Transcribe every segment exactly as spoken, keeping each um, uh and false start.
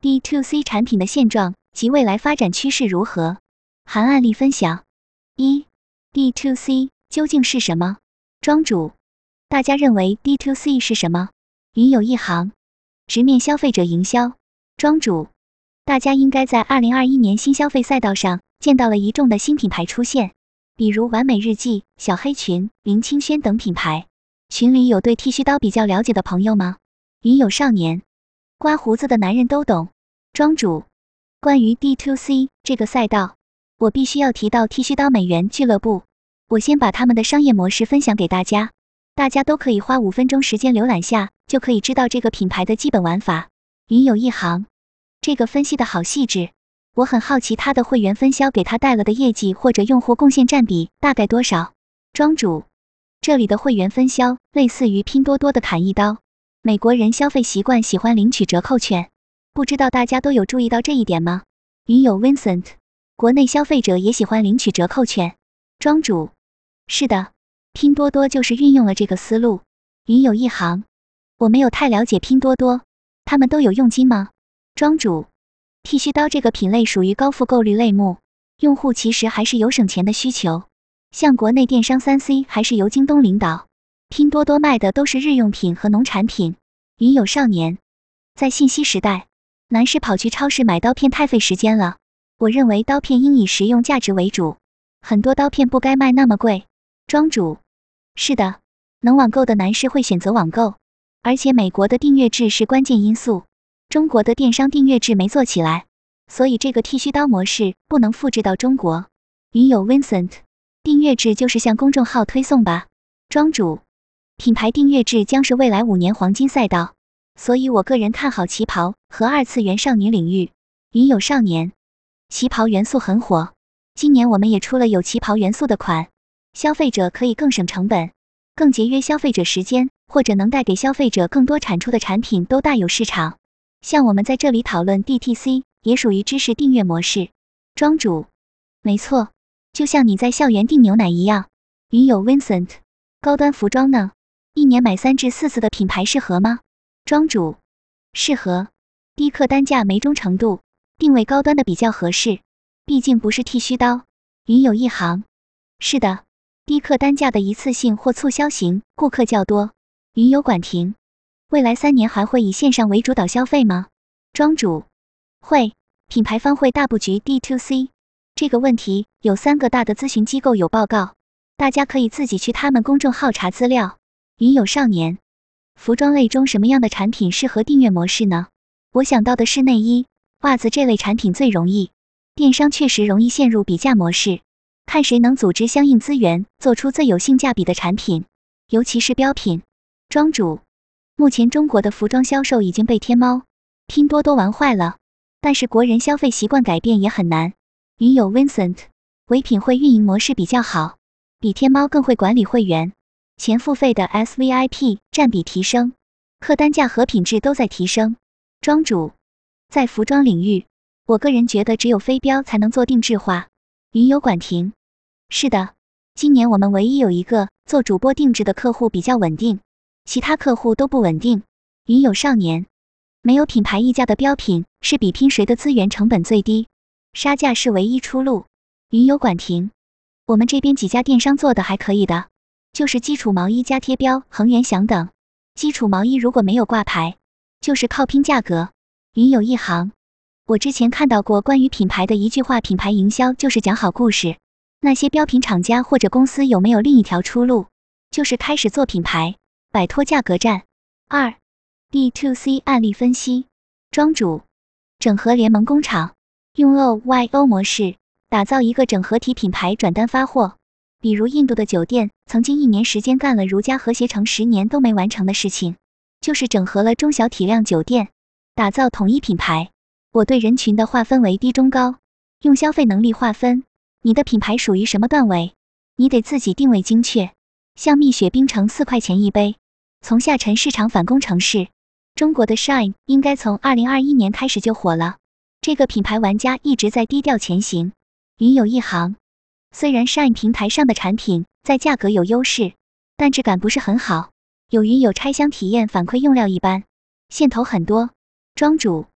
D to C 产品的现状及未来发展趋势如何？含案例分享。一、D to C 究竟是什么？庄主，大家认为 D to C 是什么？云有一行，直面消费者营销。庄主，大家应该在二零二一年新消费赛道上见到了一众的新品牌出现，比如完美日记、小黑裙、林清轩等品牌。群里有对剃须刀比较了解的朋友吗？云有少年，刮胡子的男人都懂。庄主，关于 D to C 这个赛道，我必须要提到剃须刀美元俱乐部。我先把他们的商业模式分享给大家，大家都可以花五分钟时间浏览下，就可以知道这个品牌的基本玩法。云有一行，这个分析的好细致，我很好奇他的会员分销给他带了的业绩或者用户贡献占比大概多少。庄主，这里的会员分销类似于拼多多的砍一刀，美国人消费习惯喜欢领取折扣券，不知道大家都有注意到这一点吗？云有 Vincent， 国内消费者也喜欢领取折扣券。庄主，是的，拼多多就是运用了这个思路。云有一行，我没有太了解拼多多，他们都有佣金吗？庄主，剃须刀这个品类属于高复购率类目，用户其实还是有省钱的需求。像国内电商 三 C 还是由京东领导，拼多多卖的都是日用品和农产品。云有少年，在信息时代，男士跑去超市买刀片太费时间了，我认为刀片应以实用价值为主，很多刀片不该卖那么贵。庄主，是的，能网购的男士会选择网购，而且美国的订阅制是关键因素，中国的电商订阅制没做起来，所以这个剃须刀模式不能复制到中国。云有 Vincent， 订阅制就是向公众号推送吧。庄主，品牌订阅制将是未来五年黄金赛道，所以我个人看好旗袍和二次元少女领域。云有少年，旗袍元素很火，今年我们也出了有旗袍元素的款，消费者可以更省成本，更节约消费者时间，或者能带给消费者更多产出的产品都大有市场。像我们在这里讨论 D T C 也属于知识订阅模式。庄主，没错，就像你在校园订牛奶一样。云有 Vincent， 高端服装呢？一年买三至四次的品牌适合吗？庄主，适合，低客单价没忠诚度，定位高端的比较合适，毕竟不是剃须刀。云有一行，是的，低客单价的一次性或促销型顾客较多。云有管婷，未来三年还会以线上为主导消费吗？庄主，会，品牌方会大布局 D to C。这个问题有三个大的咨询机构有报告，大家可以自己去他们公众号查资料。云有少年，服装类中什么样的产品适合订阅模式呢？我想到的是内衣、袜子这类产品最容易，电商确实容易陷入比价模式，看谁能组织相应资源，做出最有性价比的产品，尤其是标品。庄主，目前中国的服装销售已经被天猫、拼多多玩坏了，但是国人消费习惯改变也很难。云有 Vincent， 唯品会运营模式比较好，比天猫更会管理会员，前付费的 S V I P 占比提升，客单价和品质都在提升。庄主，在服装领域，我个人觉得只有飞镖才能做定制化。云有管婷，是的，今年我们唯一有一个做主播定制的客户比较稳定，其他客户都不稳定。云有少年，没有品牌溢价的标品是比拼谁的资源成本最低，杀价是唯一出路。云有管婷，我们这边几家电商做的还可以的，就是基础毛衣加贴标、恒源祥等。基础毛衣如果没有挂牌，就是靠拼价格。云有一行，我之前看到过关于品牌的一句话，品牌营销就是讲好故事。那些标品厂家或者公司有没有另一条出路？就是开始做品牌，摆脱价格战。二 D to C 案例分析。庄主，整合联盟工厂，用 O Y O 模式打造一个整合体品牌，转单发货。比如印度的酒店曾经一年时间干了如家和携程十年都没完成的事情，就是整合了中小体量酒店，打造统一品牌。我对人群的划分为低中高，用消费能力划分，你的品牌属于什么段位，你得自己定位精确。像蜜雪冰城四块钱一杯，从下沉市场反攻城市。中国的 Shine 应该从二零二一年开始就火了，这个品牌玩家一直在低调前行。云有一行，虽然 Shine 平台上的产品在价格有优势，但质感不是很好，有云有拆箱体验反馈用料一般，线头很多。庄主，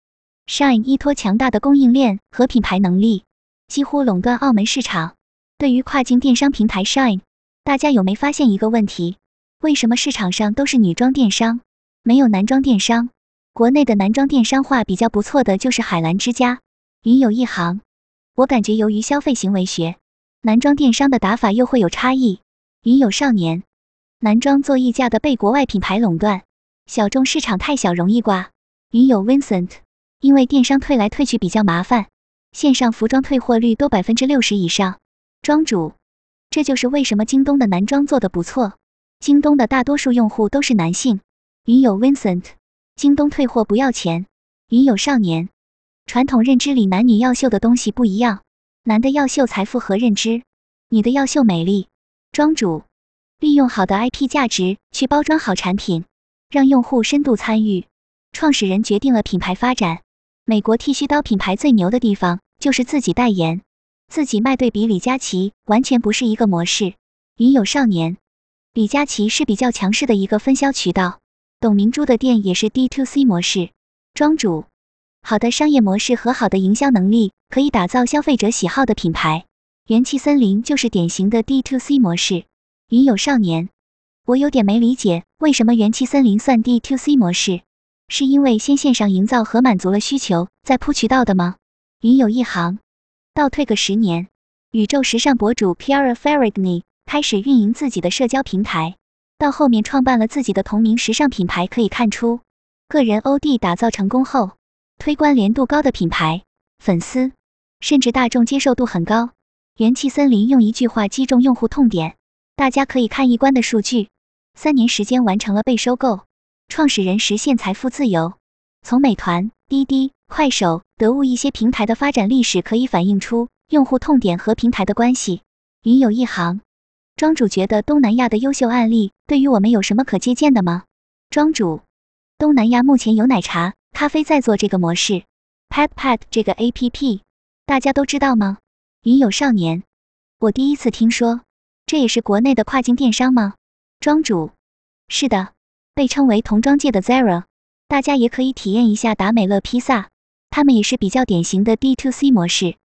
Shine 依托强大的供应链和品牌能力，几乎垄断澳门市场。对于跨境电商平台 Shine， 大家有没发现一个问题？为什么市场上都是女装电商，没有男装电商？国内的男装电商化比较不错的就是海澜之家、云有一行。我感觉由于消费行为学，男装电商的打法又会有差异。云有少年，男装做溢价的被国外品牌垄断，小众市场太小容易挂。云有 Vincent， 因为电商退来退去比较麻烦，线上服装退货率都 百分之六十 以上。庄主，这就是为什么京东的男装做得不错。京东的大多数用户都是男性。云有 Vincent， 京东退货不要钱。云有少年，传统认知里男女要秀的东西不一样，男的要秀才符合认知，女的要秀美丽。庄主，利用好的 I P 价值去包装好产品，让用户深度参与。创始人决定了品牌发展。美国剃须刀品牌最牛的地方就是自己代言，自己卖对比李佳琦完全不是一个模式。云有少年，李佳琦是比较强势的一个分销渠道，董明珠的店也是 D to C 模式。庄主，好的商业模式和好的营销能力可以打造消费者喜好的品牌。元气森林就是典型的 D to C 模式。云有少年，我有点没理解，为什么元气森林算 D to C 模式？是因为先线上营造和满足了需求，再铺渠道的吗？云有一行，倒退个十年，宇宙时尚博主 Chiara Ferragni 开始运营自己的社交平台，到后面创办了自己的同名时尚品牌，可以看出，个人 O D 打造成功后，推关联度高的品牌，粉丝甚至大众接受度很高。元气森林用一句话击中用户痛点，大家可以看一关的数据，三年时间完成了被收购，创始人实现财富自由。从美团、滴滴、快手、得物一些平台的发展历史可以反映出用户痛点和平台的关系。云有一行，庄主觉得东南亚的优秀案例对于我们有什么可借鉴的吗？庄主，东南亚目前有奶茶、咖啡在做这个模式。Pet Pet 这个 A P P 大家都知道吗？云有少年，我第一次听说，这也是国内的跨境电商吗？庄主，是的，被称为童装界的 Zara， 大家也可以体验一下达美乐披萨，他们也是比较典型的 D to C 模式。